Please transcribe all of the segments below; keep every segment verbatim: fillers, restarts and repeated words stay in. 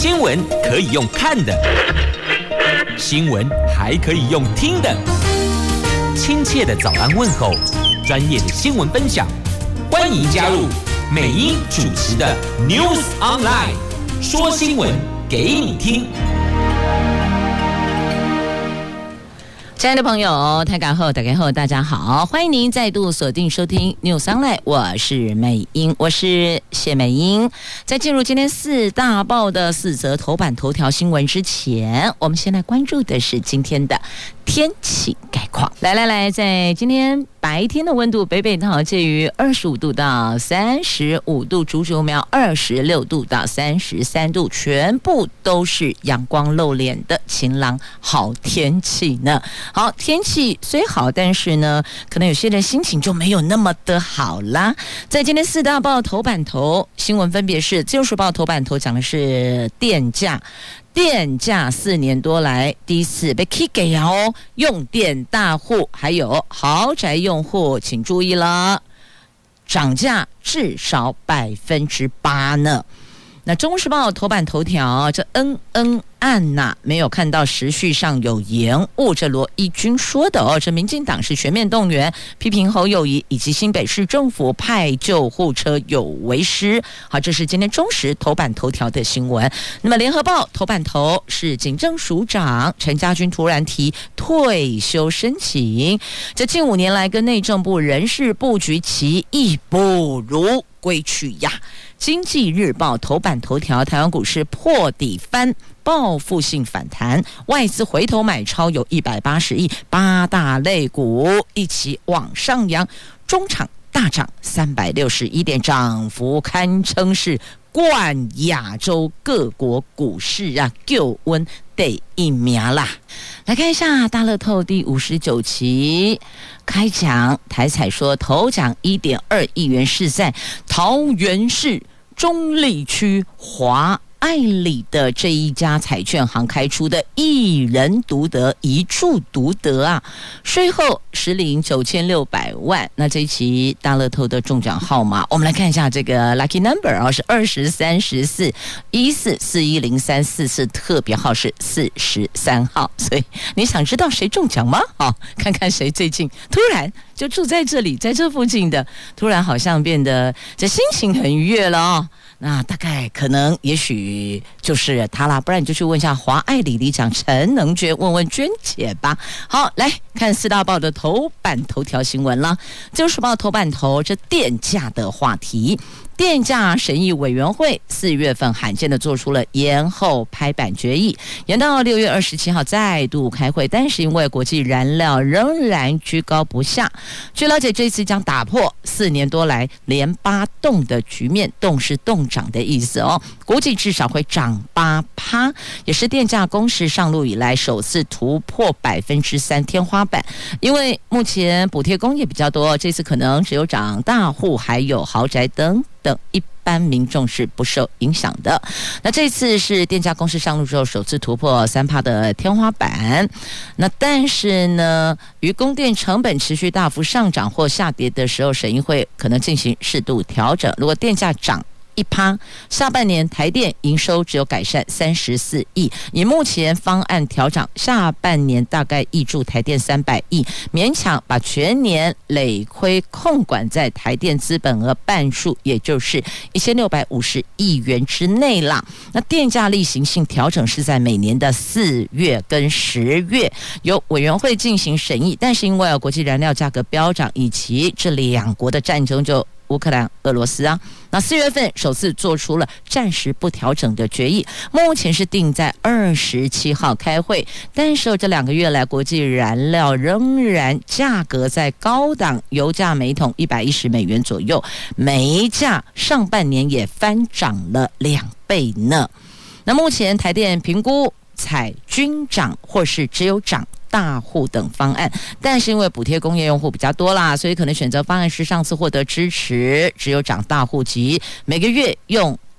新闻可以用看的，新闻还可以用听的。亲切的早安问候，专业的新闻分享，欢迎加入美英主持的 News Online， 说新闻给你听。 亲爱的朋友，台港后打开后，大家好，欢迎您再度锁定收听 News Online， 我是美英，我是谢美英。在进入今天四大报的四则头版头条新闻之前，我们先来关注的是今天的天气概况。来来来，在今天白天的温度，北北桃介于二十五度到三十五度，竹竹苗二十六度到三十三度，全部都是阳光露脸的晴朗好天气呢。好，天气虽好，但是呢，可能有些人心情就没有那么的好啦。在今天四大报头版头新闻分别是《自由时报》头版头讲的是电价。电价四年多来第一次被 K 给哦，用电大户还有豪宅用户请注意了，涨价至少百分之八呢。那《中时报》头版头条，这恩恩案呐、啊，没有看到时序上有延误，这罗一军说的哦。这民进党是全面动员，批评侯友宜以及新北市政府派救护车有为师。好，这是今天中时头版头条的新闻。那么《联合报》头版头是警政署长陈家军突然提退休申请，这近五年来跟内政部人事布局其意不如归去呀。经济日报头版头条，台湾股市破底翻，报复性反弹，外资回头买超有一百八十亿，八大类股一起往上扬，中场大涨三百六十一点，涨幅堪称是冠亚洲各国股市啊，救温第一名啦。来看一下大乐透第五十九期开奖，台彩说头奖 一点二亿元是在桃园市中坜区华爱里的这一家彩券行开出的，一人独得，一注独得啊！税后实领九千六百万。那这一期大乐透的中奖号码，我们来看一下这个 lucky number 啊，是二十三十四一四四一零三四四，特别号是四十三号。所以你想知道谁中奖吗？好，看看谁最近突然就住在这里，在这附近的，突然好像变得这心情很愉悦了哦。那大概可能也许就是他啦，不然你就去问一下华爱里里长陈能娟，问问娟姐吧。好，来看四大报的头版头条新闻啦。自由时报头版头，这电价的话题。电价审议委员会四月份罕见的做出了延后拍板决议，延到六月二十七号再度开会，但是因为国际燃料仍然居高不下，据了解这次将打破四年多来连八冻的局面，冻是冻涨的意思哦，估计至少会涨八趴，也是电价公示上路以来首次突破百分之三天花板。因为目前补贴工业比较多，这次可能只有涨大户还有豪宅等等，一般民众是不受影响的。那这次是电价公示上路之后首次突破三趴的天花板。那但是呢，于供电成本持续大幅上涨或下跌的时候，审议会可能进行适度调整。如果电价涨一趴，下半年台电营收只有改善三十四亿，以目前方案调整，下半年大概挹注台电三百亿，勉强把全年累亏控管在台电资本额半数，也就是一千六百五十亿元之内啦。那电价例行性调整是在每年的四月跟十月由委员会进行审议，但是因为国际燃料价格飙涨以及这两国的战争，就乌克兰、俄罗斯啊，那四月份首次做出了暂时不调整的决议，目前是定在二十七号开会。但是这两个月来，国际燃料仍然价格在高档，油价每桶一百一十美元左右，煤价上半年也翻涨了两倍呢。那目前台电评估采均涨或是只有涨大户等方案，但是因为补贴工业用户比较多啦，所以可能选择方案是上次获得支持，只有涨大户及每个月用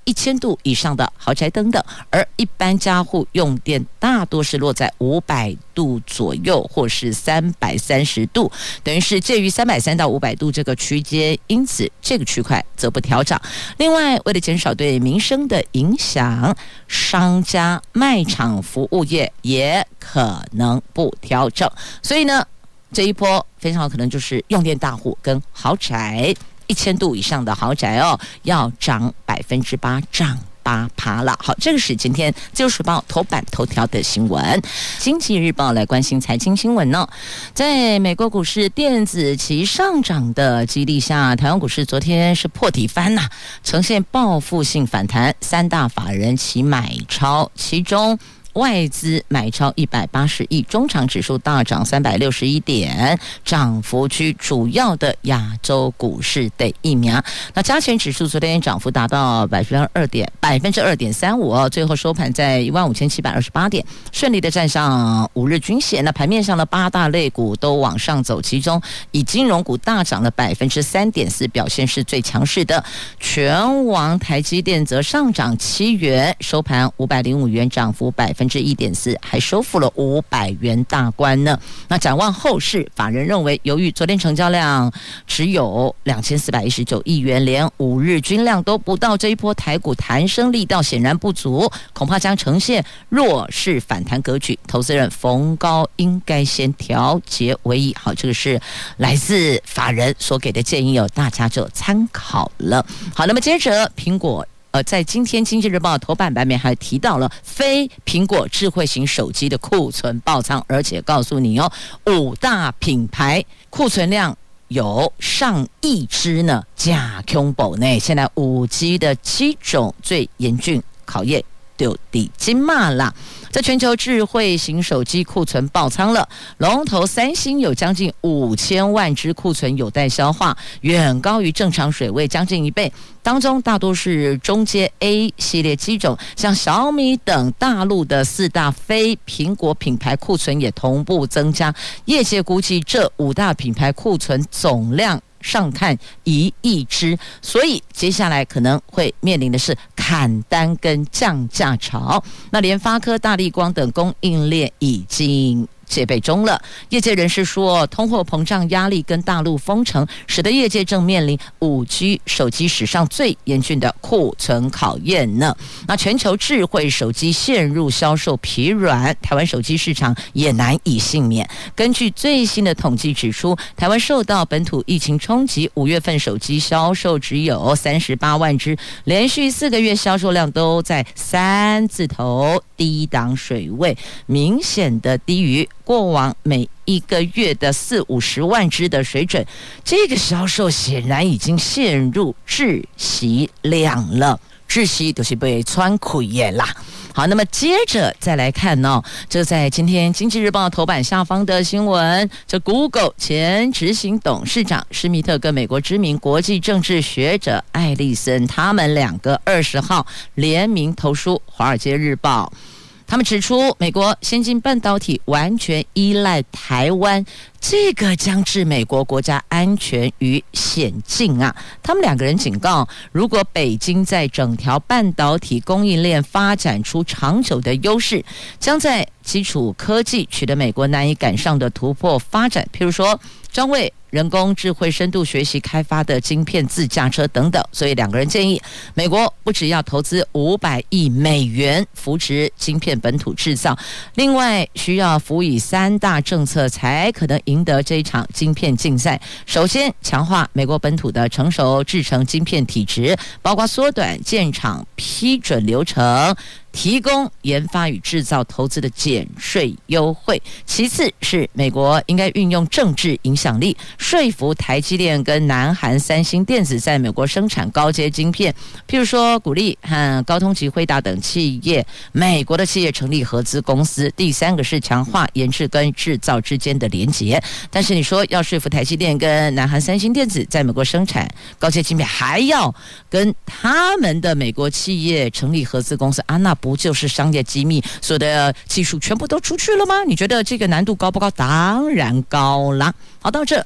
一千度以上的豪宅等等，而一般家户用电大多是落在五百度左右，或是三百三十度，等于是介于三百三到五百度这个区间，因此这个区块则不调涨。另外，为了减少对民生的影响，商家、卖场、服务业也可能不调整。所以呢，这一波非常有可能就是用电大户跟豪宅。一千度以上的豪宅哦，要涨百分之八，涨八趴了。好，这个是今天自由时报头版头条的新闻。经济日报来关心财经新闻呢。在美国股市电子期上涨的激励下，台湾股市昨天是破底翻呐、啊，呈现报复性反弹，三大法人齐买超，其中外资买超一百八十亿，中场指数大涨三百六十一点，涨幅居主要的亚洲股市第一名。那加权指数昨天涨幅达到百分之二点百分之二点三五，最后收盘在一万五千七百二十八点，顺利的站上五日均线。那盘面上的八大类股都往上走，其中以金融股大涨了百分之三点四，表现是最强势的。全网台积电则上涨七元，收盘五百零五元，涨幅百分。百分之一点四，还收复了五百元大关呢。那展望后市，法人认为，由于昨天成交量只有两千四百一十九亿元，连五日均量都不到，这一波台股弹升力道显然不足，恐怕将呈现弱势反弹格局。投资人逢高应该先调节为宜。好，这个是来自法人所给的建议，有大家就参考了。好，那么接着苹果。呃，在今天《经济日报》头版版面还提到了非苹果智慧型手机的库存爆仓，而且告诉你哦，五大品牌库存量有上亿只呢，假恐怖呢。现在五 G 的七种最严峻考验就底金骂啦。在全球智慧型手机库存爆仓了，龙头三星有将近五千万只库存有待消化，远高于正常水位将近一倍。当中大多是中阶 A 系列机种，像小米等大陆的四大非苹果品牌库存也同步增加。业界估计这五大品牌库存总量上看一亿只，所以接下来可能会面临的是砍单跟降价潮。那联发科、大立光等供应链已经戒备中了。业界人士说，通货膨胀压力跟大陆封城，使得业界正面临 五 G 手机史上最严峻的库存考验呢。那全球智慧手机陷入销售疲软，台湾手机市场也难以幸免。根据最新的统计指出，台湾受到本土疫情冲击，五月份手机销售只有三十八万只，连续四个月销售量都在三字头低档水位，明显的低于过往每一个月的四五十万只的水准，这个销售显然已经陷入窒息量了。窒息就是被穿溃耶啦。好，那么接着再来看哦，这在今天《经济日报》头版下方的新闻，这 Google 前执行董事长施密特跟美国知名国际政治学者艾利森，他们两个二十号联名投书《华尔街日报》。他们指出，美国先进半导体完全依赖台湾，这个将置美国国家安全于险境啊！他们两个人警告，如果北京在整条半导体供应链发展出长久的优势，将在基础科技取得美国难以赶上的突破发展，譬如说专为人工智慧深度学习开发的晶片自驾车等等。所以两个人建议，美国不只要投资五百亿美元扶持晶片本土制造，另外需要辅以三大政策才可能赢得这一场晶片竞赛。首先，强化美国本土的成熟制程晶片体质，包括缩短建厂批准流程，提供研发与制造投资的减税优惠。其次是美国应该运用政治影响力，说服台积电跟南韩三星电子在美国生产高阶晶片，譬如说鼓励和高通及辉达等企业，美国的企业成立合资公司。第三个是强化研制跟制造之间的连结。但是你说要说服台积电跟南韩三星电子在美国生产高阶晶片，还要跟他们的美国企业成立合资公司啊，那不就是商业机密，所有的技术全部都出去了吗？你觉得这个难度高不高？当然高啦。好，到这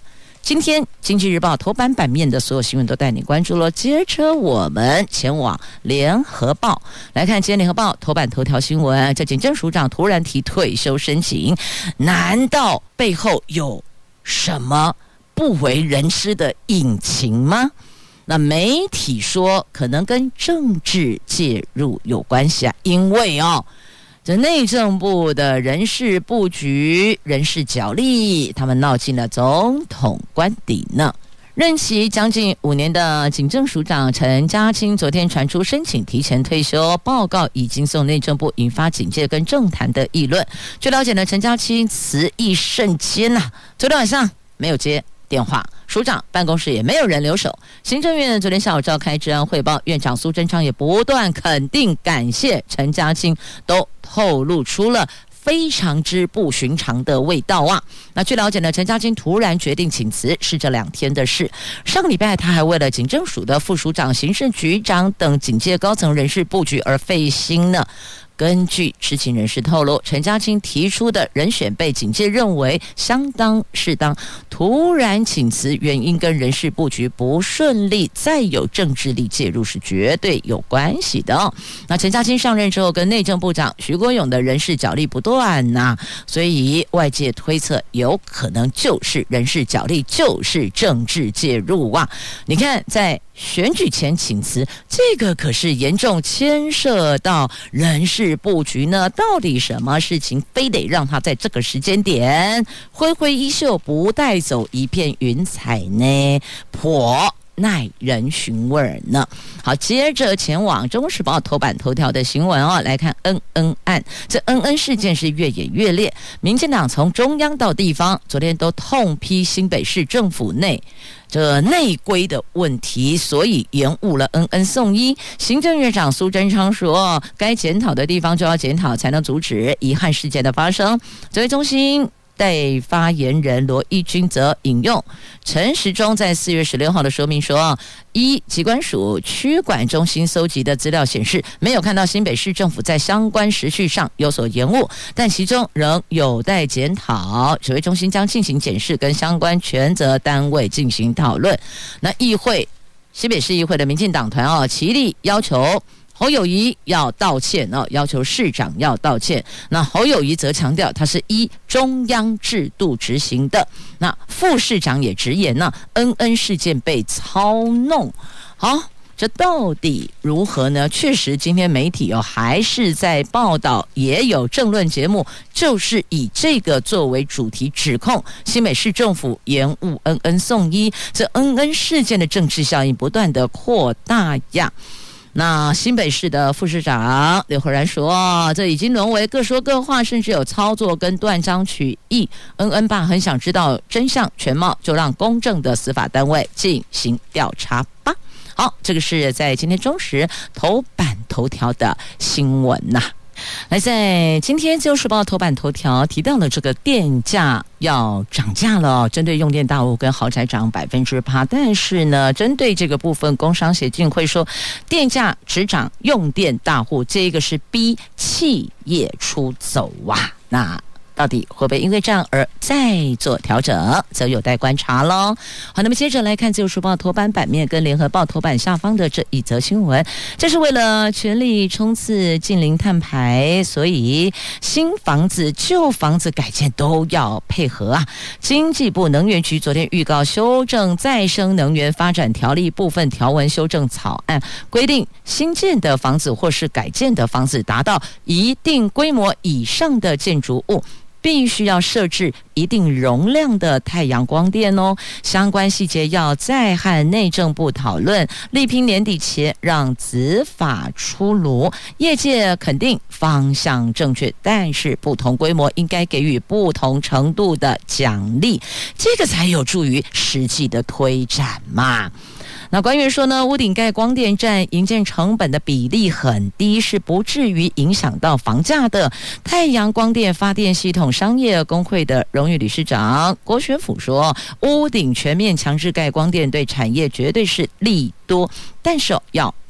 今天经济日报头版版面的所有新闻都带你关注了。接着我们前往联合报来看，今天联合报头版头条新闻，这警政署长突然提退休申请，难道背后有什么不为人知的隐情吗？那媒体说可能跟政治介入有关系啊，因为哦，这内政部的人事布局、人事角力，他们闹进了总统官邸呢。任期将近五年的警政署长陈家清昨天传出申请提前退休，报告已经送内政部，引发警界跟政坛的议论。据了解呢，陈家清辞意甚艰啊，昨天晚上没有接电话，署长办公室也没有人留守。行政院昨天下午召开治安汇报，院长苏贞昌也不断肯定感谢陈家清，都透露出了非常之不寻常的味道啊！那据了解呢，陈家清突然决定请辞是这两天的事。上个礼拜他还为了警政署的副署长、刑事局长等警界高层人事布局而费心呢。根据知情人士透露，陈家清提出的人选被警界认为相当适当，突然请辞原因跟人事布局不顺利，再有政治力介入是绝对有关系的哦。那陈家清上任之后，跟内政部长徐国勇的人事角力不断呐、啊，所以外界推测有可能就是人事角力，就是政治介入啊。你看，在选举前请辞，这个可是严重牵涉到人事布局呢。到底什么事情非得让他在这个时间点挥挥衣袖，不带走一片云彩呢？颇耐人寻味呢。好，接着前往中时报头版头条的新闻哦，来看恩恩案。这恩恩事件是越演越烈，民进党从中央到地方，昨天都痛批新北市政府内这内规的问题，所以延误了恩恩送医。行政院长苏贞昌说，该检讨的地方就要检讨，才能阻止遗憾事件的发生。指挥中心代发言人罗一军则引用陈时中在四月十六号的说明说，一疾管署区管中心搜集的资料显示，没有看到新北市政府在相关时序上有所延误，但其中仍有待检讨，指挥中心将进行检视，跟相关权责单位进行讨论。那议会新北市议会的民进党团哦，齐力要求侯友宜要道歉哦，要求市长要道歉。那侯友宜则强调，他是依中央制度执行的。那副市长也直言呢，恩恩事件被操弄。好，这到底如何呢？确实，今天媒体哦还是在报道，也有政论节目，就是以这个作为主题，指控新北市政府延误恩恩送医。这恩恩事件的政治效应不断的扩大呀。那新北市的副市长刘和然说，这已经沦为各说各话，甚至有操作跟断章取义。恩恩爸很想知道真相全貌，就让公正的司法单位进行调查吧。好，这个是在今天中时头版头条的新闻呐、啊。来，在今天自由时报头版头条提到了这个电价要涨价了，针对用电大户跟豪宅涨百分之八，但是呢，针对这个部分，工商协进会说，电价只涨用电大户，这个是逼企业出走啊。那到底会不会因为这样而再做调整，则有待观察咯。好，那么接着来看自由时报头版版面跟联合报头版下方的这一则新闻，这是为了全力冲刺近零碳排，所以新房子旧房子改建都要配合啊。经济部能源局昨天预告修正再生能源发展条例部分条文修正草案，规定新建的房子或是改建的房子达到一定规模以上的建筑物，必须要设置一定容量的太阳光电哦，相关细节要再和内政部讨论，力拼年底前让子法出炉。业界肯定方向正确，但是不同规模应该给予不同程度的奖励，这个才有助于实际的推展嘛。那官员说呢，屋顶盖光电占营建成本的比例很低，是不至于影响到房价的。太阳光电发电系统商业工会的荣誉理事长郭学甫说，屋顶全面强制盖光电对产业绝对是利多，但是要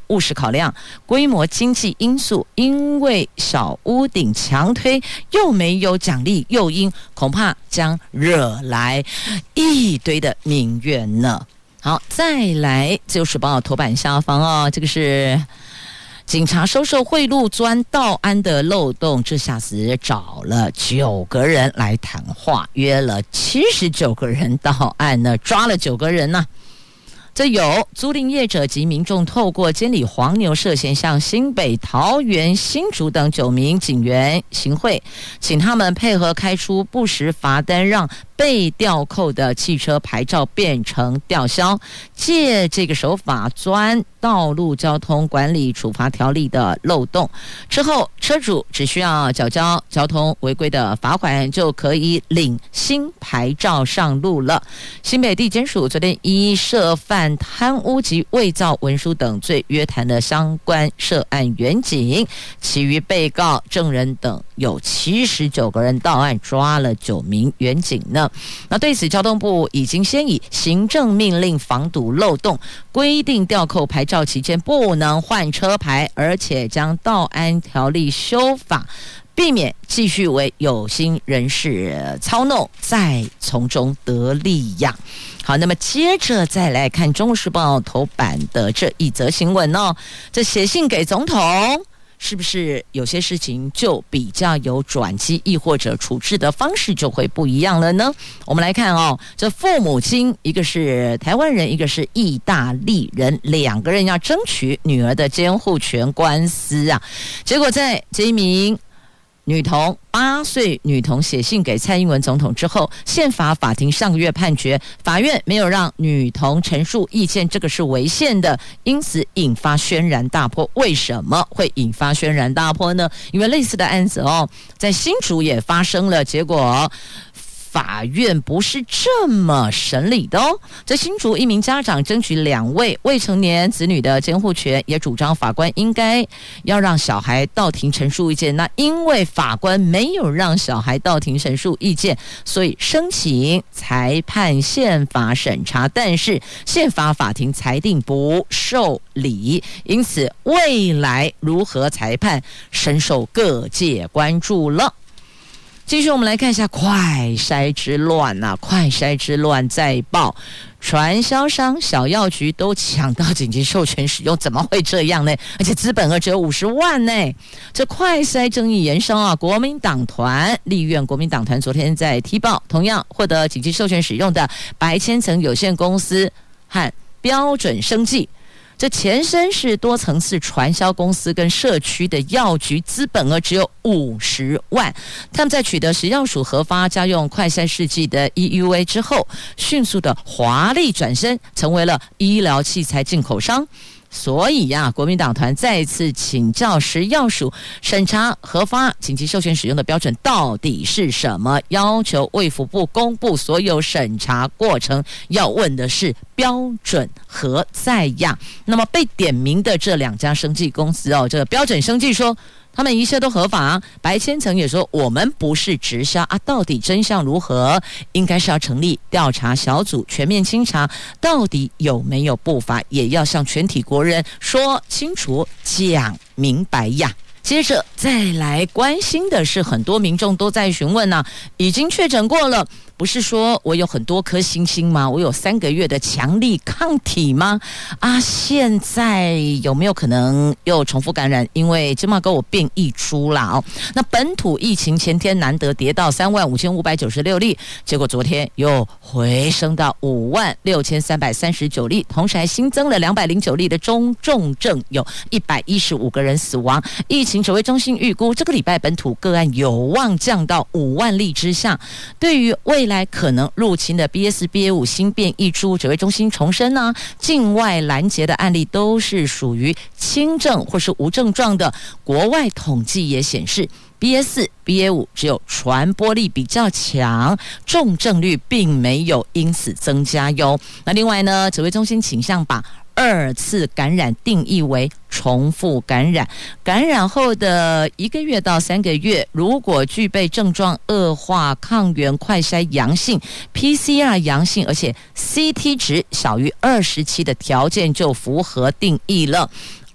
务实考量、规模经济因素，因为小屋顶强推又没有奖励诱因，恐怕将惹来一堆的民怨呢。好，再来自由时报头版下方哦，这个是警察收受贿赂钻道安的漏洞，这下子找了九个人来谈话，约了七十九个人到案呢，抓了九个人呢、啊。这有租赁业者及民众透过监理黄牛涉嫌向新北、桃园、新竹等九名警员行贿，请他们配合开出不实罚单，让被吊扣的汽车牌照变成吊销，借这个手法钻道路交通管理处罚条例的漏洞。之后车主只需要缴交交通违规的罚款，就可以领新牌照上路了。新北地检署昨天依涉犯贪污及伪造文书等罪约谈了相关涉案员警，其余被告、证人等有七十九个人到案，抓了九名员警呢。那对此，交通部已经先以行政命令防堵漏洞，规定吊扣牌照期间不能换车牌，而且将道安条例修法，避免继续为有心人士操弄，再从中得利呀。好，那么接着再来看《中国时报》头版的这一则新闻哦，这写信给总统。是不是有些事情就比较有转机，亦或者处置的方式就会不一样了呢？我们来看哦，这父母亲一个是台湾人，一个是意大利人，两个人要争取女儿的监护权官司啊。结果在这一名女童八岁女童写信给蔡英文总统之后，宪法法庭上个月判决，法院没有让女童陈述意见，这个是违宪的，因此引发轩然大波。为什么会引发轩然大波呢？因为类似的案子哦，在新竹也发生了，结果法院不是这么审理的哦。在新竹，一名家长争取两位未成年子女的监护权，也主张法官应该要让小孩到庭陈述意见。那因为法官没有让小孩到庭陈述意见，所以申请裁判宪法审查，但是宪法法庭裁定不受理，因此未来如何裁判深受各界关注了。继续我们来看一下快筛之乱啊，快筛之乱再爆，传销商、小药局都抢到紧急授权使用，怎么会这样呢？而且资本额只有五十万呢。这快筛争议延烧啊，国民党团立院国民党团昨天在踢爆，同样获得紧急授权使用的白千层有限公司和标准生技。这前身是多层次传销公司跟社区的药局，资本额只有五十万。他们在取得食药署核发家用快筛试剂的 E U A 之后，迅速的华丽转身，成为了医疗器材进口商。所以呀、啊，国民党团再次请教食药署审查核发紧急授权使用的标准到底是什么？要求卫福部公布所有审查过程。要问的是标准何在呀？那么被点名的这两家生技公司哦，这个标准生技说他们一切都合法、啊，白千层也说我们不是直销啊，到底真相如何？应该是要成立调查小组，全面清查到底有没有不法，也要向全体国人说清楚、讲明白呀。接着再来关心的是，很多民众都在询问啊，已经确诊过了，不是说我有很多颗星星吗？我有三个月的强力抗体吗？啊，现在有没有可能又重复感染？因为芝麻哥我变异株啦哦。那本土疫情前天难得跌到三万五千五百九十六例，结果昨天又回升到五万六千三百三十九例，同时还新增了两百零九例的中重症，有一百一十五个人死亡。疫情指挥中心预估，这个礼拜本土个案有望降到五万例之下。对于未来可能入侵的 B A 四 B A 五 新变异株，指挥中心重申呢、啊，境外拦截的案例都是属于轻症或是无症状的。国外统计也显示，B A 四 B A 五 只有传播力比较强，重症率并没有因此增加哟。那另外呢，指挥中心倾向把二次感染定义为重复感染，感染后的一个月到三个月，如果具备症状恶化、抗原快筛阳性、P C R 阳性，而且 C T 值小于二十七的条件，就符合定义了。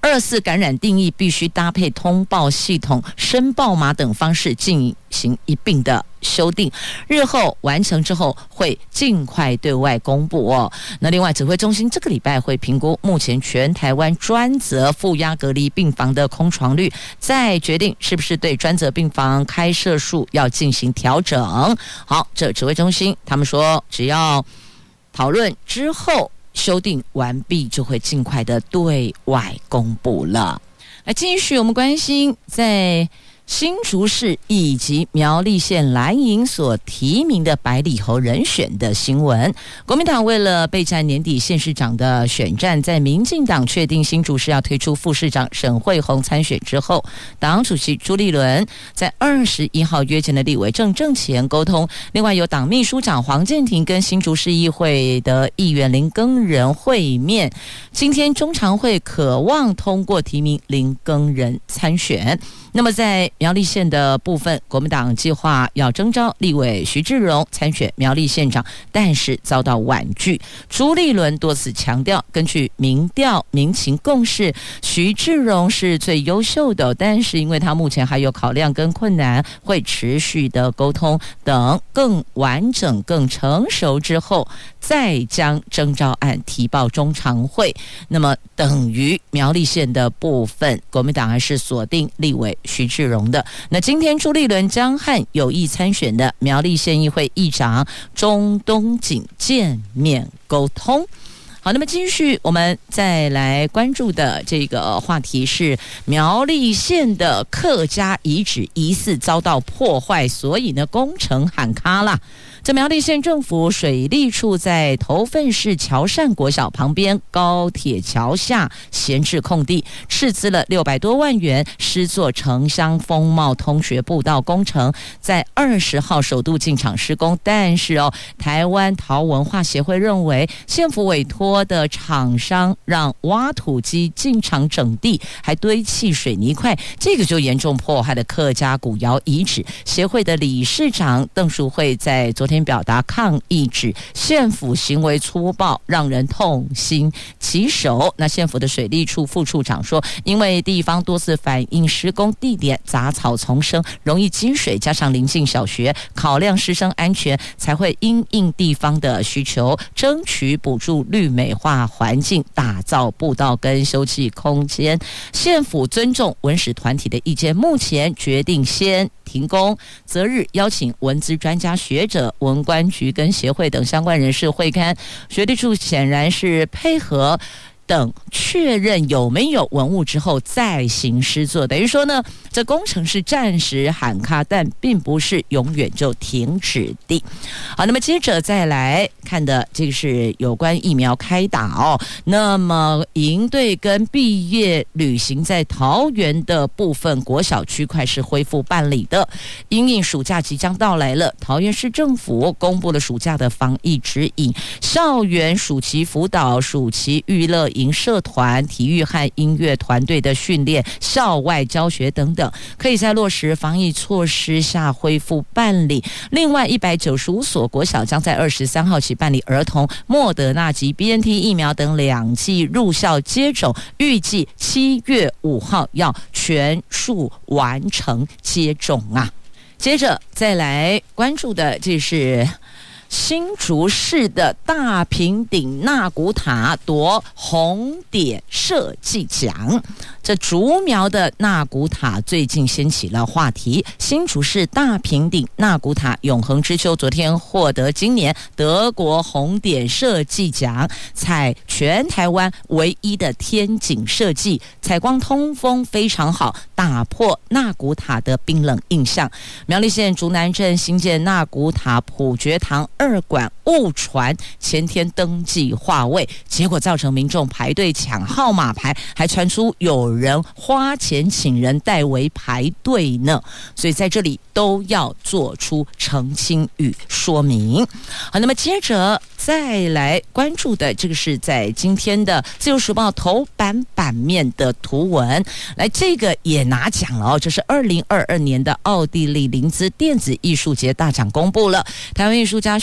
二次感染定义必须搭配通报系统、申报码等方式进行一并的修订，日后完成之后会尽快对外公布哦。那另外，指挥中心这个礼拜会评估目前全台湾专责负压隔离病房的空床率，再决定是不是对专责病房开设数要进行调整。好，这指挥中心他们说，只要讨论之后修订完毕，就会尽快的对外公布了。来，继续我们关心在新竹市以及苗栗县蓝营所提名的百里侯人选的新闻。国民党为了备战年底县市长的选战，在民进党确定新竹市要推出副市长沈慧虹参选之后，党主席朱立伦在二十一号约见了立委郑正前沟通，另外有党秘书长黄健庭跟新竹市议会的议员林耕仁会面。今天中常会渴望通过提名林耕仁参选。那么在苗栗县的部分，国民党计划要征召立委徐志荣参选苗栗县长，但是遭到婉拒。朱立伦多次强调，根据民调民情共识，徐志荣是最优秀的，但是因为他目前还有考量跟困难，会持续的沟通，等更完整更成熟之后，再将征召案提报中常会。那么等于苗栗县的部分，国民党还是锁定立委徐志荣的。那今天朱立伦将和有意参选的苗栗县议会议长钟东锦见面沟通。好，那么继续我们再来关注的这个话题是苗栗县的客家遗址疑似遭到破坏，所以呢工程喊卡啦。这苗栗县政府水利处在头份市侨善国小旁边高铁桥下闲置空地，斥资了六百多万元施作城乡风貌通学步道工程，在二十号首度进场施工。但是哦，台湾陶文化协会认为，县府委托的厂商让挖土机进场整地，还堆砌水泥块，这个就严重破坏了客家古窑遗址。协会的理事长邓淑慧在昨天表达抗议，指县府行为粗暴，让人痛心疾首。那县府的水利处副处长说，因为地方多次反映施工地点杂草丛生，容易积水，加上临近小学，考量师生安全，才会因应地方的需求，争取补助绿美化环境，打造步道跟休憩空间。县府尊重文史团体的意见，目前决定先停工，择日邀请文资专家学者、文管局跟协会等相关人士会勘。水利处显然是配合，等确认有没有文物之后再行施作，等于说呢，这工程是暂时喊卡，但并不是永远就停止的。好，那么接着再来看的这个是有关疫苗开打哦。那么营队跟毕业旅行在桃园的部分国小区块是恢复办理的。因应暑假即将到来了，桃园市政府公布了暑假的防疫指引，校园暑期辅导、暑期娱乐营社团、体育和音乐团队的训练、校外教学等等，可以在落实防疫措施下恢复办理。另外一百九十五所国小将在二十三号起办理儿童莫德纳及 B N T 疫苗等两剂入校接种，预计七月五号要全数完成接种啊。接着再来关注的这是新竹市的大平顶纳古塔夺红点设计奖。这竹苗的纳古塔最近掀起了话题。新竹市大平顶纳古塔永恒之丘昨天获得今年德国红点设计奖，采全台湾唯一的天井设计，采光通风非常好，打破纳古塔的冰冷印象。苗栗县竹南镇新建纳古塔普觉堂二馆误传前天登记划位，结果造成民众排队抢号码牌，还传出有人花钱请人代为排队呢。所以在这里都要做出澄清与说明。好，那么接着再来关注的这个是在今天的自由时报头版版面的图文，来这个也拿奖了哦，这是二零二二年的奥地利林兹电子艺术节大奖公布了。台湾艺术家徐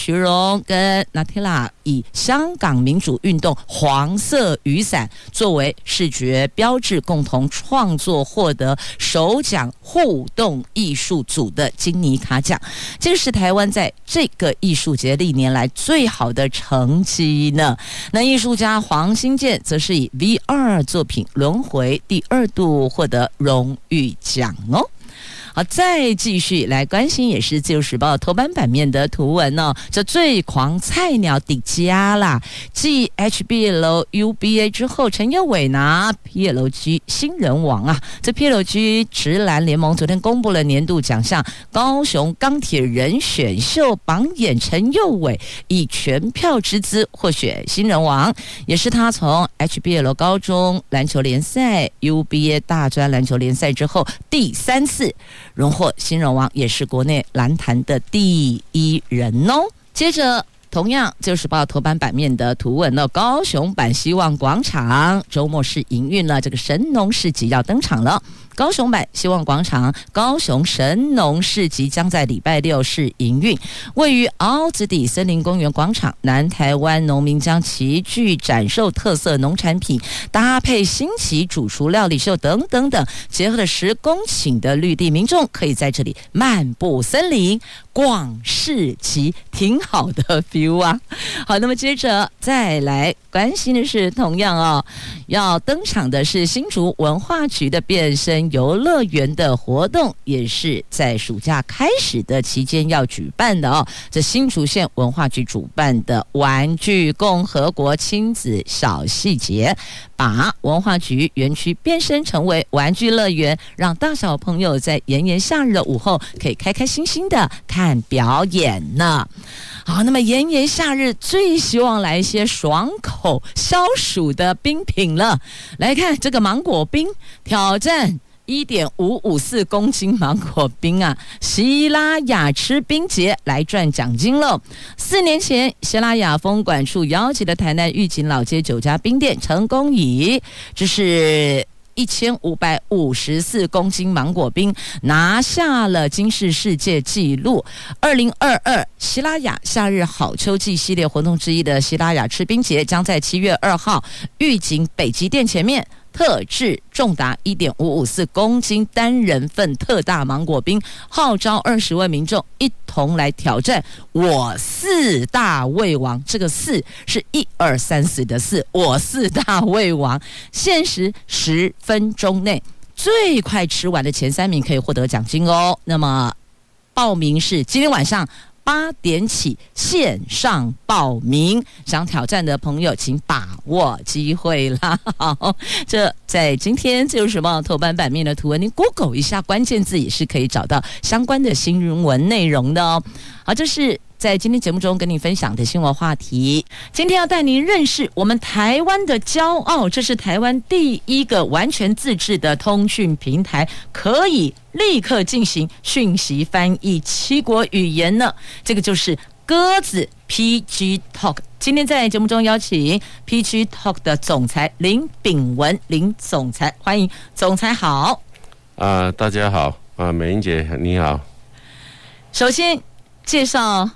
徐荣跟 Nutella 以香港民主运动黄色雨伞作为视觉标志，共同创作获得首奖互动艺术组的金尼卡奖。这是台湾在这个艺术节历年来最好的成绩呢。那艺术家黄新建则是以 V R 作品《轮回》第二度获得荣誉奖哦。好，再继续来关心，也是自由时报头版版面的图文哦。这最狂菜鸟底加啦，继 H B L U B A 之后，陈佑伟拿 P L G 新人王啊。这 P L G 直男联盟昨天公布了年度奖项，高雄钢铁人选秀榜眼陈佑伟以全票之资获选新人王，也是他从 H B L 高中篮球联赛、U B A 大专篮球联赛之后第三次荣获新人王，也是国内篮坛的第一人哦。接着同样就是报头版版面的图文了，高雄版希望广场周末是营运了，这个神农市集要登场了。高雄版希望广场高雄神农市集将在礼拜六试营运，位于凹子底森林公园广场，南台湾农民将齐聚展售特色农产品，搭配新奇主厨料理秀等等等，结合了十公顷的绿地，民众可以在这里漫步森林逛市集，挺好的 feel 啊。好，那么接着再来关心的是，同样哦，要登场的是新竹文化局的变身游乐园的活动，也是在暑假开始的期间要举办的哦。这新竹县文化局主办的玩具共和国亲子小细节，把文化局园区变身成为玩具乐园，让大小朋友在炎炎夏日的午后可以开开心心的看表演呢。好，那么炎炎夏日最希望来一些爽口消暑的冰品了。来看这个芒果冰挑战一点五五四公斤芒果冰啊，希拉雅吃冰节来赚奖金了。四年前，希拉雅风管处邀集的台南玉井老街九家冰店，成功以这是一千五百五十四公斤芒果冰拿下了金氏世界纪录。二零二二希拉雅夏日好秋季系列活动之一的希拉雅吃冰节，将在七月二号玉井北极店前面特制重达 一点五五四公斤单人份特大芒果冰，号召二十位民众一同来挑战我四大胃王。这个四是一二三四的四，我四大胃王，限时十分钟内最快吃完的前三名可以获得奖金哦。那么报名是今天晚上八点起线上报名，想挑战的朋友请把握机会啦。好，这在今天自由时报头版版面的图文，您 Google 一下关键字也是可以找到相关的新闻内容的哦。好，这是在今天节目中跟您分享的新闻话题。今天要带您认识我们台湾的骄傲，这是台湾第一个完全自制的通讯平台，可以立刻进行讯息翻译七国语言呢。这个就是鸽子 P G Talk。 今天在节目中邀请 P G Talk 的总裁林炳文林总裁，欢迎总裁好。 啊、呃，大家好啊，美英姐你好。 首先介绍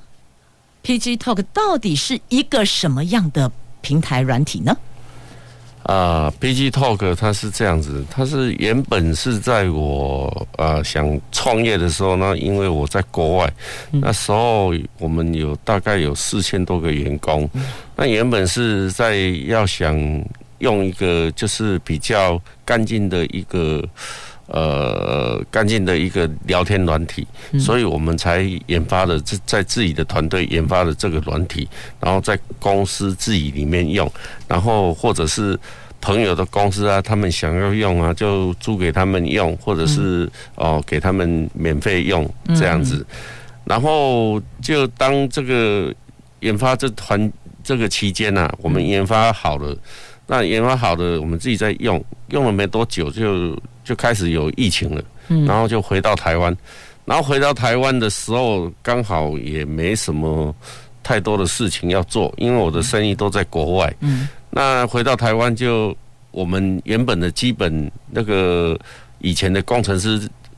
P G Talk 到底是一个什么样的平台软体呢？ 啊、呃、，P G Talk 它是这样子，它是原本是在我呃想创业的时候呢，因为我在国外，嗯、那时候我们有大概有四千多个员工，嗯、那原本是在要想用一个就是比较干净的一个。呃，干净的一个聊天软体，嗯、所以我们才研发了在自己的团队研发了这个软体，然后在公司自己里面用，然后或者是朋友的公司啊，他们想要用啊，就租给他们用，或者是哦、呃、给他们免费用这样子。嗯、然后就当这个研发这团这个期间啊，我们研发好了，那研发好了，我们自己在用，用了没多久就。就开始有疫情了，然后就回到台湾，然后回到台湾的时候，刚好也没什么太多的事情要做，因为我的生意都在国外。嗯，那回到台湾就我们原本的基本那个以前的工程师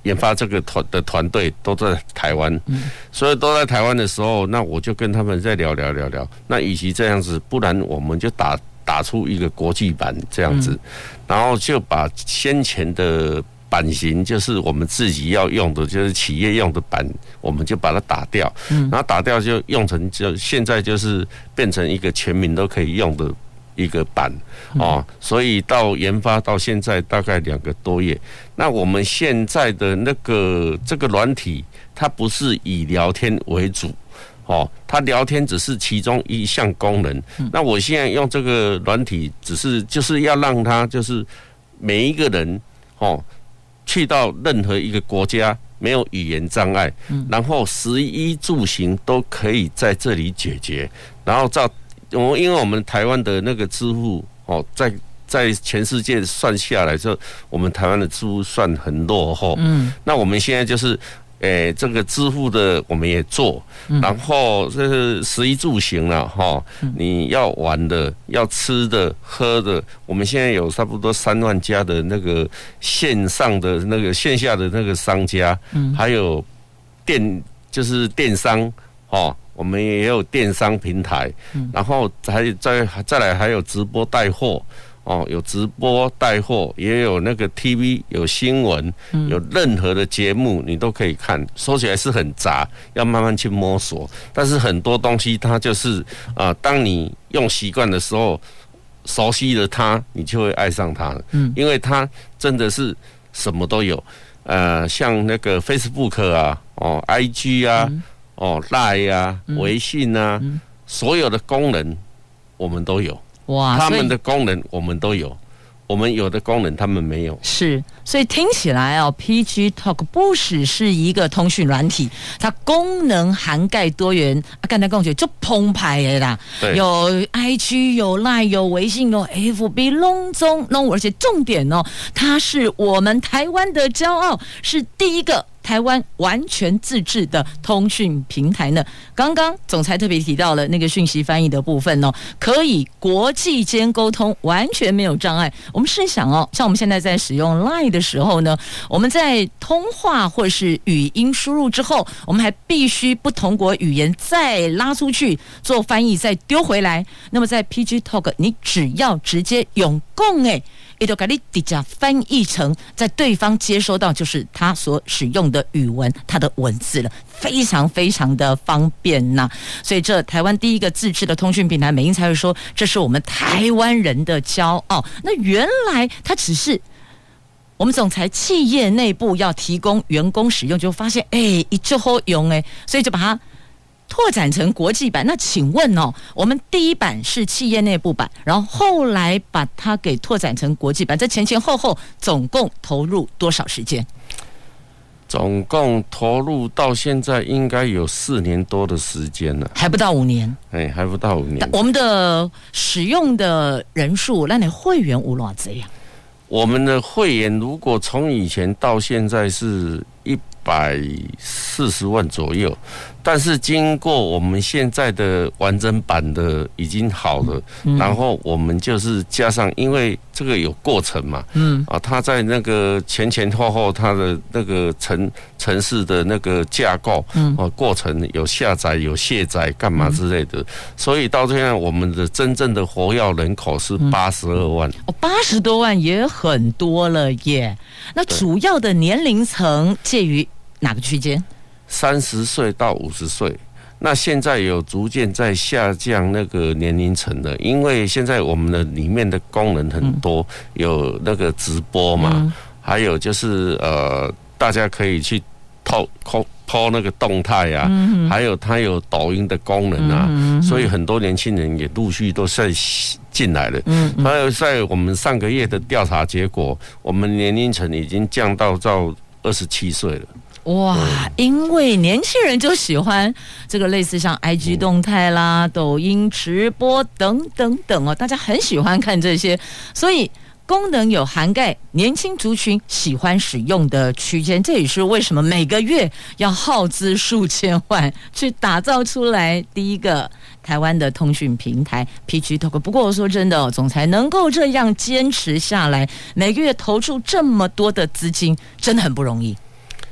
研发这个团的团队都在台湾，嗯，所以都在台湾的时候，那我就跟他们再聊聊聊聊。那与其这样子，不然我们就打打出一个国际版这样子，嗯、然后就把先前的版型，就是我们自己要用的，就是企业用的版，我们就把它打掉，嗯，然后打掉就用成就现在就是变成一个全民都可以用的一个版哦，所以到研发到现在大概两个多月。那我们现在的那个这个软体，它不是以聊天为主哦，它聊天只是其中一项功能。那我现在用这个软体，只是就是要让它就是每一个人哦，去到任何一个国家没有语言障碍，然后食衣住行都可以在这里解决，然后照。我因为我们台湾的那个支付哦，在在全世界算下来之后，我们台湾的支付算很落后。嗯，那我们现在就是，诶、欸，这个支付的我们也做，嗯、然后这是食衣住行了哈。你要玩的、要吃的、喝的，我们现在有差不多三万家的那个线上的那个线下的那个商家，嗯，还有电就是电商哦。我们也有电商平台，嗯、然后还再再来还有直播带货哦，有直播带货，也有那个 T V 有新闻，嗯、有任何的节目你都可以看。说起来是很杂，要慢慢去摸索。但是很多东西它就是啊、呃，当你用习惯的时候，熟悉了它，你就会爱上它了。嗯，因为它真的是什么都有，呃，像那个 Facebook 啊，哦 ，I G 啊。嗯哦 ，Line 啊，微信啊，嗯、所有的功能我们都有。哇，他们的功能我们都有，我们有的功能他们没有。是，所以听起来哦 ，P G Talk 不只是一个通讯软体，它功能涵盖多元。啊，刚才跟我讲就澎湃的啦，有 I G 有 Line 有微信有 F B 隆中弄，而且重点哦，它是我们台湾的骄傲，是第一个。台湾完全自制的通讯平台呢？刚刚总裁特别提到了那个讯息翻译的部分哦，可以国际间沟通，完全没有障碍。我们试想哦，像我们现在在使用 Line 的时候呢，我们在通话或是语音输入之后，我们还必须不同国语言再拉出去做翻译，再丢回来。那么在 P G Talk， 你只要直接用讲诶。也就给你直接翻译成在对方接收到就是他所使用的语文，他的文字了，非常非常的方便呐、啊。所以这台湾第一个自制的通讯平台，美英才会说这是我们台湾人的骄傲。那原来它只是我们总裁企业内部要提供员工使用，就发现哎，一就好用哎，所以就把它拓展成国际版。那请问哦，我们第一版是企业内部版，然后后来把它给拓展成国际版，这前前后后总共投入多少时间？总共投入到现在应该有四年多的时间了，还不到五年。哎，还不到五年。我们的使用的人数，那你会员有多少呀？我们的会员如果从以前到现在是一百四十万左右，但是经过我们现在的完整版的已经好了，嗯、然后我们就是加上，因为这个有过程嘛，嗯啊，它在那个前前后后它的那个城城市的那个架构，嗯啊，过程有下载有卸载干嘛之类的，嗯、所以到现在我们的真正的活跃人口是八十二万，哦，八十多万也很多了耶。那主要的年龄层介于哪个区间？三十岁到五十岁，那现在有逐渐在下降那个年龄层的，因为现在我们的里面的功能很多，嗯、有那个直播嘛，嗯、还有就是呃，大家可以去透抛抛那个动态啊，嗯、还有它有抖音的功能啊，嗯、所以很多年轻人也陆续都在进来了。嗯，还有在我们上个月的调查结果，我们年龄层已经降到到二十七岁了。哇，因为年轻人就喜欢这个类似像 I G 动态啦、嗯、抖音直播等等等哦，大家很喜欢看这些，所以功能有涵盖年轻族群喜欢使用的区间，这也是为什么每个月要耗资数千万去打造出来第一个台湾的通讯平台 P G Talk。 不过我说真的、哦、总裁能够这样坚持下来，每个月投注这么多的资金，真的很不容易。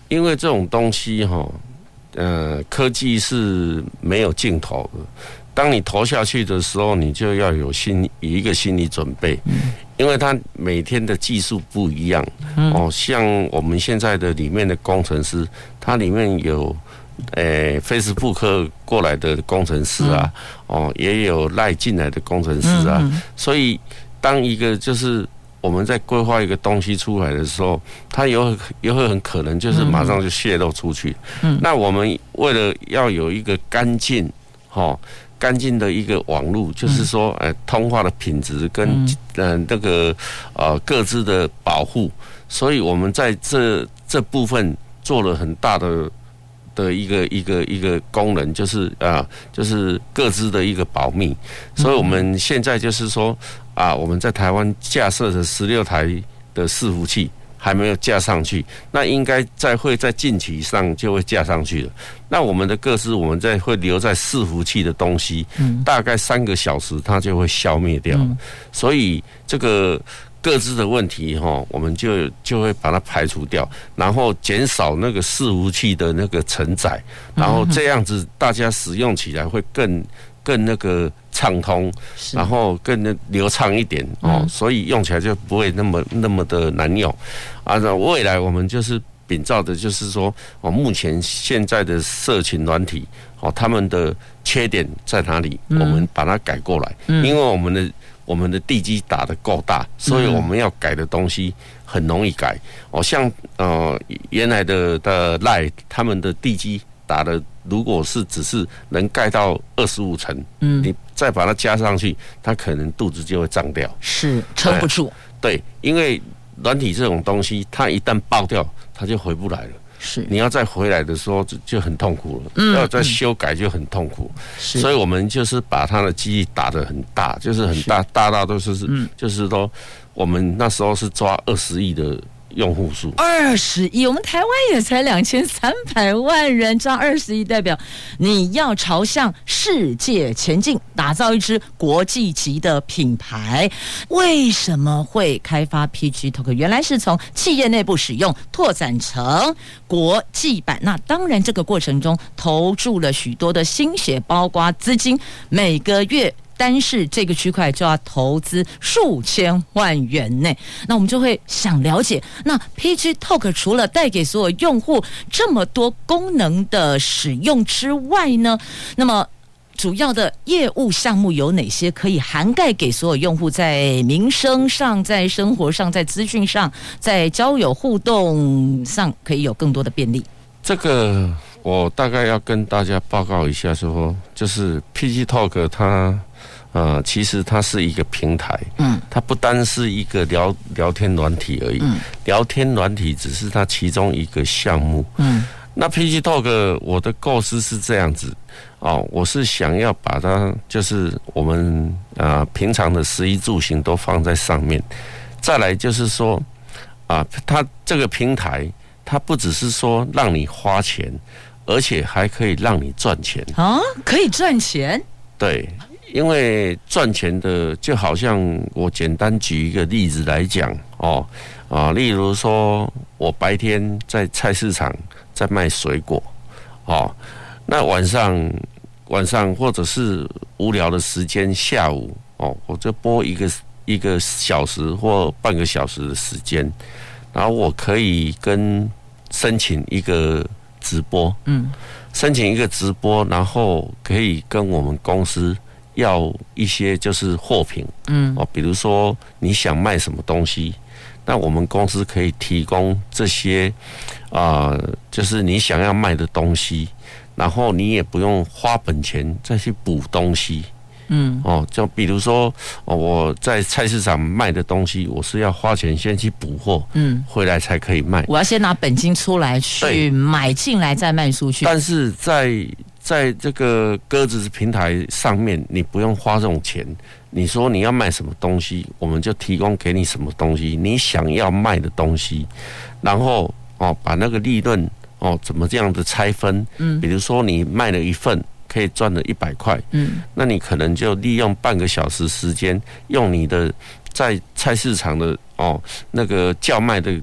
因为这种东西哈，呃，科技是没有尽头的。当你投下去的时候，你就要有心有一个心理准备，嗯、因为它每天的技术不一样。嗯、哦，像我们现在的里面的工程师，它里面有，诶、呃、，Facebook 过来的工程师啊，嗯、哦，也有赖进来的工程师啊，嗯嗯所以当一个就是我们在规划一个东西出来的时候，它有有很可能就是马上就泄露出去。嗯，那我们为了要有一个干净，哦。干净的一个网络，就是说，呃，通话的品质跟呃那个呃各自的保护，所以我们在这这部分做了很大的的一个一个一个功能，就是啊、呃，就是各自的一个保密。所以我们现在就是说啊，我们在台湾架设的十六台的伺服器。还没有架上去，那应该在会在近期上就会架上去了。那我们的个资，我们在会留在伺服器的东西，嗯、大概三个小时它就会消灭掉。嗯、所以这个个资的问题哈，我们就就会把它排除掉，然后减少那个伺服器的那个承载，然后这样子大家使用起来会更更那个畅通，然后更流畅一点哦，嗯、所以用起来就不会那么那么的难用。啊，那未来我们就是秉照的，就是说，哦，目前现在的社群软体，哦，他们的缺点在哪里？嗯、我们把它改过来，嗯、因为我们的我们的地基打得够大，所以我们要改的东西很容易改。哦，像呃原来的的赖他们的地基打的。如果是只是能盖到二十五层，嗯，你再把它加上去，它可能肚子就会胀掉， 是撑不住。 对，因为软体这种东西，它一旦爆掉，它就回不来了。是，你要再回来的时候就就很痛苦了，嗯，要再修改就很痛苦。是，所以我们就是把它的机器打得很大，就是很大，大到都是，嗯，就是说我们那时候是抓二十亿的。用户数二十亿，我们台湾也才两千三百万人，这样二十亿代表你要朝向世界前进，打造一支国际级的品牌。为什么会开发 P G Talk？ 原来是从企业内部使用拓展成国际版。那当然，这个过程中投注了许多的心血，包括资金，每个月。单是这个区块就要投资数千万元呢，那我们就会想了解，那 P G Talk 除了带给所有用户这么多功能的使用之外呢，那么主要的业务项目有哪些可以涵盖给所有用户在民生上、在生活上、在资讯上、在交友互动上可以有更多的便利？ 这个我大概要跟大家报告一下说，就是 P G Talk 它呃，其实它是一个平台，嗯，它不单是一个聊聊天软体而已，嗯，聊天软体只是它其中一个项目，嗯，那 P G Talk 我的构思是这样子，哦，我是想要把它就是我们啊、呃、平常的食衣住行都放在上面，再来就是说啊、呃，它这个平台它不只是说让你花钱，而且还可以让你赚钱啊，可以赚钱， 对。因为赚钱的，就好像我简单举一个例子来讲哦，啊，例如说我白天在菜市场在卖水果，哦，那晚上晚上或者是无聊的时间，下午哦，我就播一个一个小时或半个小时的时间，然后我可以跟申请一个直播，嗯，申请一个直播，然后可以跟我们公司。要一些就是货品，嗯，哦，比如说你想卖什么东西，那我们公司可以提供这些，啊、呃，就是你想要卖的东西，然后你也不用花本钱再去补东西，嗯，哦，就比如说，哦，我在菜市场卖的东西，我是要花钱先去补货，嗯，回来才可以卖， 我要先拿本金出来去买进来再卖出去， 但是在在这个鸽子平台上面，你不用花这种钱。你说你要卖什么东西，我们就提供给你什么东西，你想要卖的东西，然后哦，把那个利润哦怎么这样的拆分？嗯，比如说你卖了一份，可以赚了一百块，嗯，那你可能就利用半个小时时间，用你的在菜市场的哦那个叫卖的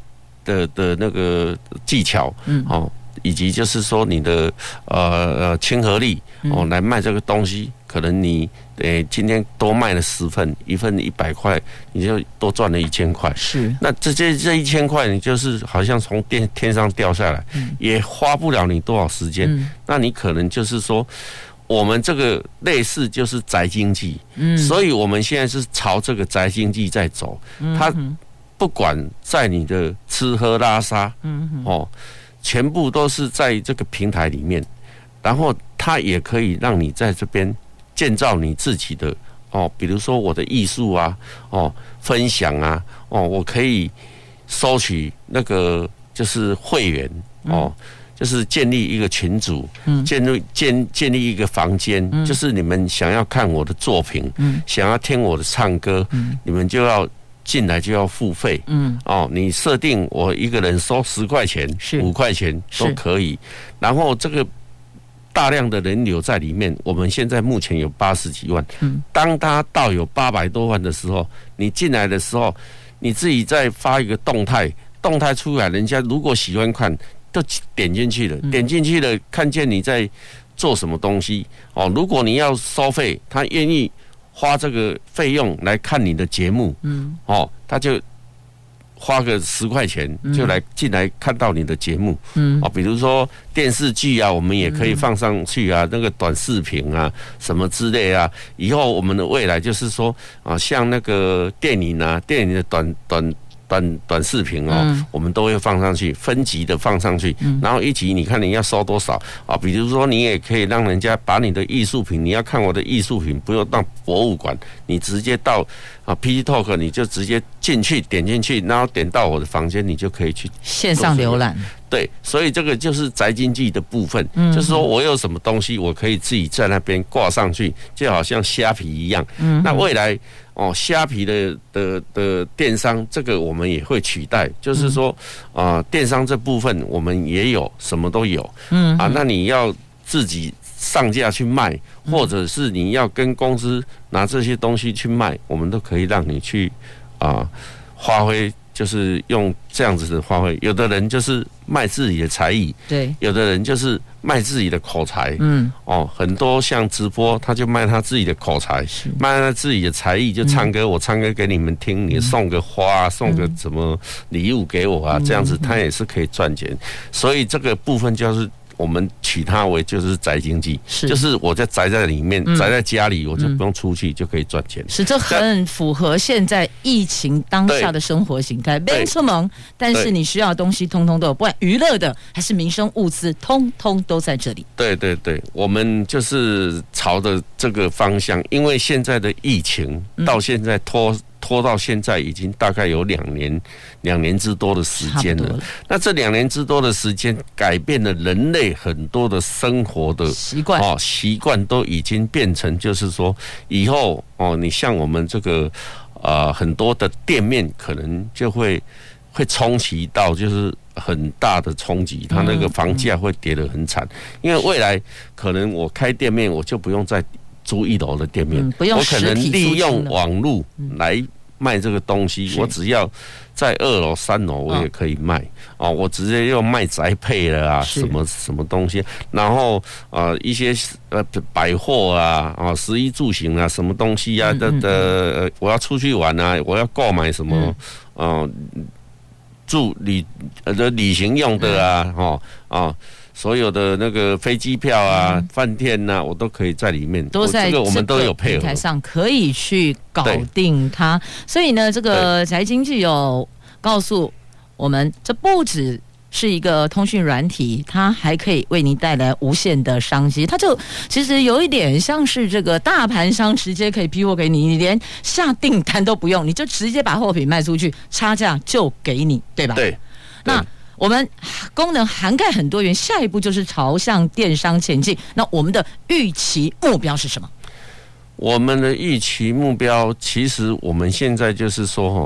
的的那个技巧，嗯，哦，以及就是说你的呃呃亲和力哦，来卖这个东西，可能你诶今天多卖了十份，一份一百块，你就多赚了一千块。 是， 那这这这一千块，你就是好像从天天上掉下来，嗯、也花不了你多少时间。嗯、那你可能就是说。我们这个类似就是宅经济，嗯，所以我们现在是朝这个宅经济在走。嗯，它不管在你的吃喝拉撒，嗯哦，全部都是在这个平台里面，然后它也可以让你在这边建造你自己的哦，比如说我的艺术啊，哦，分享啊，哦，我可以收取那个就是会员哦。嗯就是建立一个群组，建立建建立一个房间，嗯、就是你们想要看我的作品，嗯、想要听我的唱歌，嗯、你们就要进来就要付费，嗯、哦，你设定我一个人收十块钱、五块钱都可以，然后这个大量的人流在里面，我们现在目前有八十几万，嗯、当他到有八百多万的时候，你进来的时候，你自己再发一个动态，动态出来，人家如果喜欢看。就点进去了，点进去了，看见你在做什么东西哦。如果你要收费，他愿意花这个费用来看你的节目，嗯，哦，他就花个十块钱就来进来看到你的节目，嗯，哦，比如说电视剧啊，我们也可以放上去啊，那个短视频啊，什么之类啊。以后我们的未来就是说啊，像那个电影啊，电影的短短。短短视频哦，嗯、我们都会放上去，分级的放上去，嗯、然后一集你看你要收多少啊？比如说你也可以让人家把你的艺术品，你要看我的艺术品，不用到博物馆，你直接到啊 P G Talk， 你就直接进去点进去，然后点到我的房间，你就可以去线上浏览。 对，所以这个就是宅经济的部分，嗯、就是说我有什么东西，我可以自己在那边挂上去，就好像虾皮一样。嗯、那未来哦，虾皮的的的电商，这个我们也会取代，就是说啊、呃，电商这部分我们也有，什么都有。嗯啊，那你要自己上架去卖，或者是你要跟公司拿这些东西去卖，我们都可以让你去啊、呃、发挥。就是用这样子的发挥，有的人就是卖自己的才艺，对，有的人就是卖自己的口才，嗯，哦，很多像直播，他就卖他自己的口才，卖他自己的才艺，就唱歌，嗯、我唱歌给你们听，你送个花，送个什么礼物给我啊，嗯、这样子他也是可以赚钱，所以这个部分就是。我们取它为就是宅经济，是就是我在宅在里面，嗯、宅在家里，我就不用出去，嗯、就可以赚钱。 是，这很符合现在疫情当下的生活形态。没出门，但是你需要的东西通通都有，不管娱乐的还是民生物资，通通都在这里。 对对对，我们就是朝着这个方向，因为现在的疫情到现在拖。拖到现在已经大概有两年，两年之多的时间了。那这两年之多的时间，改变了人类很多的生活的习惯哦，习惯都已经变成，就是说以后哦，你像我们这个呃很多的店面，可能就会会冲击到就是很大的冲击，它那个房价会跌得很惨，因为未来可能我开店面，我就不用再。租一楼的店面， 嗯、不用我可能利用网络来卖这个东西，嗯、我只要在二楼、三楼我也可以卖。哦，我直接用卖宅配了啊，什么什么东西，然后呃一些呃百货啊，啊食衣住行啊，什么东西啊的的、呃，我要出去玩啊，我要购买什么，嗯、呃，住旅呃的旅行用的啊，哦啊。所有的那个飞机票啊、饭店呐，我都可以在里面， 都在这个我们都有配合平台上可以去搞定它。所以呢，这个宅经济有告诉我们，这不止是一个通讯软体，它还可以为您带来无限的商机。它就其实有一点像是这个大盘商直接可以批货给你，你连下订单都不用，你就直接把货品卖出去，差价就给你，对吧？ 对。 那我们功能涵盖很多元，下一步就是朝向电商前进。那我们的预期目标是什么？ 我们的预期目标，其实我们现在就是说，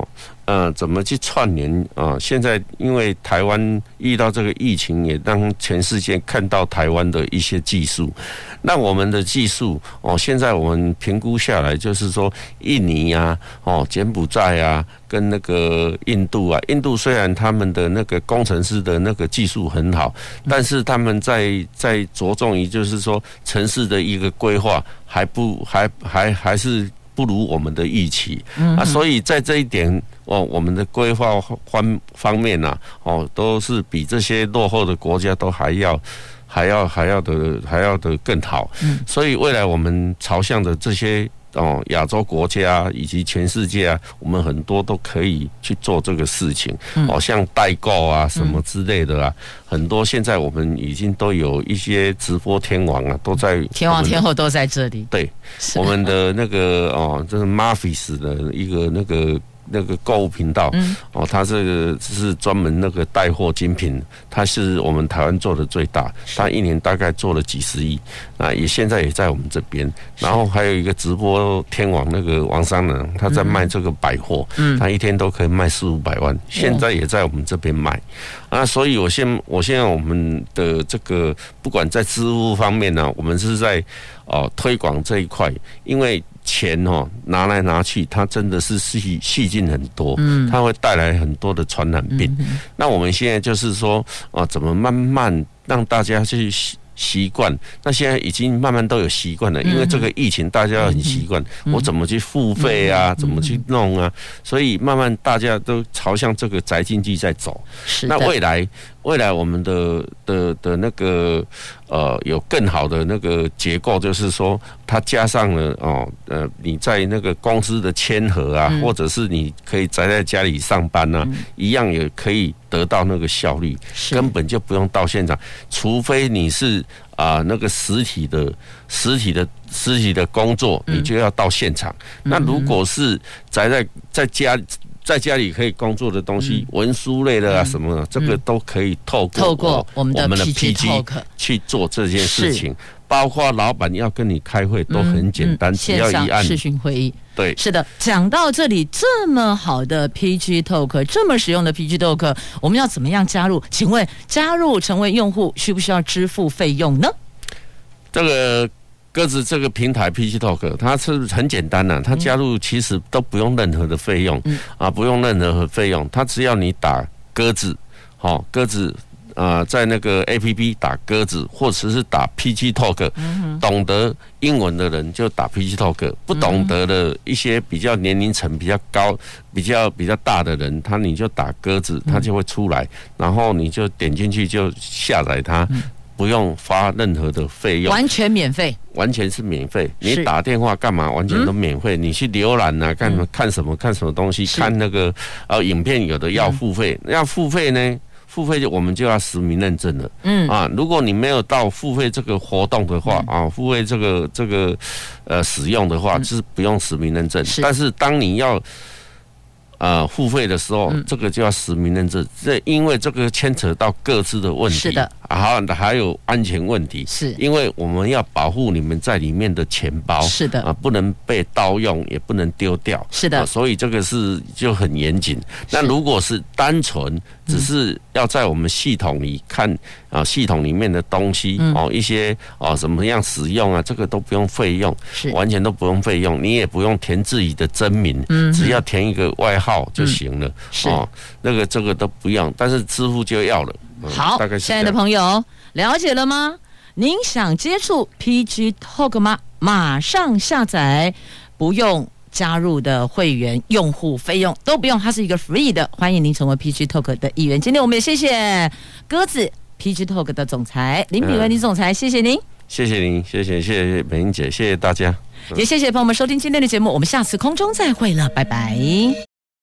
呃怎么去串联啊、呃？现在因为台湾遇到这个疫情，也让全世界看到台湾的一些技术。那我们的技术哦，现在我们评估下来，就是说印尼啊，哦柬埔寨啊，跟那个印度啊，印度虽然他们的那个工程师的那个技术很好，但是他们在在着重于就是说城市的一个规划还不还还还是不如我们的预期啊，所以在这一点哦，我们的规划方方面啊，哦都是比这些落后的国家都还要。还要还要的还要的更好，嗯，所以未来我们朝向的这些哦亚洲国家以及全世界啊，我们很多都可以去做这个事情，嗯、哦，像代购啊什么之类的啊，嗯、很多现在我们已经都有一些直播天王啊，都在天王天后都在这里， 对，我们的那个哦，这是 Marfis 的一个那个。那个购物频道，嗯、哦，它这个是专门那个带货精品，它是我们台湾做的最大，它一年大概做了几十亿，那也现在也在我们这边。然后还有一个直播天王那个王商人，他在卖这个百货，嗯，他一天都可以卖四五百万，现在也在我们这边卖。啊，所以我现我现在我们的这个不管在支付方面呢、啊，我们是在哦推广这一块，因为。钱哦拿来拿去，它真的是细细菌很多，嗯，它会带来很多的传染病。嗯、那我们现在就是说，啊，怎么慢慢让大家去习惯？那现在已经慢慢都有习惯了，因为这个疫情，大家很习惯，嗯、我怎么去付费啊，嗯、怎么去弄啊，所以慢慢大家都朝向这个宅经济在走。 是那未来。未来我们的的的那个呃有更好的那个结构，就是说它加上了哦呃你在那个公司的签合啊，嗯、或者是你可以宅在家里上班啊，嗯、一样也可以得到那个效率，根本就不用到现场，除非你是啊、呃、那个实体的实体的实体的工作，你就要到现场。嗯、那如果是宅在在家。在家里可以工作的东西，文书类的啊什么的，这个都可以透过透过我们的 P G 去做这件事情。包括老板要跟你开会都很简单，只要一按视讯会议。 对， 是的。讲到这里，这么好的 P G Talk， 这么实用的 P G Talk， 我们要怎么样加入？请问加入成为用户需不需要支付费用呢？ 这个。鸽子这个平台 P G Talk， 它是很简单的、啊，它加入其实都不用任何的费用，嗯、啊，不用任何的费用，它只要你打鸽子，好、哦，鸽子啊、呃，在那个 A P P 打鸽子，或者是打 P G Talk，、嗯、懂得英文的人就打 P G Talk， 不懂得的一些比较年龄层比较高、比较比较大的人，他你就打鸽子，他就会出来，然后你就点进去就下载它。嗯不用发任何的费用， 完全免费， 完全是免费。你打电话干嘛？完全都免费。嗯、你去浏览啊，干什么、嗯、看什么看什么东西？看那个呃影片，有的要付费，嗯、要付费呢，付费就我们就要实名认证了。嗯啊，如果你没有到付费这个活动的话、嗯、啊，付费这个这个呃使用的话，嗯、就是不用实名认证。是但是当你要呃，付费的时候，嗯、这个就要实名认证，这因为这个牵扯到各自的问题， 是的， 还还有安全问题， 是， 因为我们要保护你们在里面的钱包， 是的， 啊，不能被盗用，也不能丢掉， 是的、 啊，所以这个是就很严谨。那如果是单纯只是要在我们系统里看啊，系统里面的东西、嗯、哦，一些哦怎么样使用啊，这个都不用费用， 是完全都不用费用，你也不用填自己的真名，嗯，只要填一个外号。号就行了， 是哦，那个这个都不用，但是支付就要了。 嗯、好，大概亲爱的朋友，了解了吗？您想接触 P G Talk 吗？马上下载，不用加入的会员用户费用都不用，它是一个 free 的，欢迎您成为 P G Talk 的一员。今天我们也谢谢鸽子 P G Talk 的总裁林秉文林总裁，谢谢您， 谢谢您，谢谢谢谢美英姐，谢谢大家， 也谢谢朋友们收听今天的节目，我们下次空中再会了，拜拜。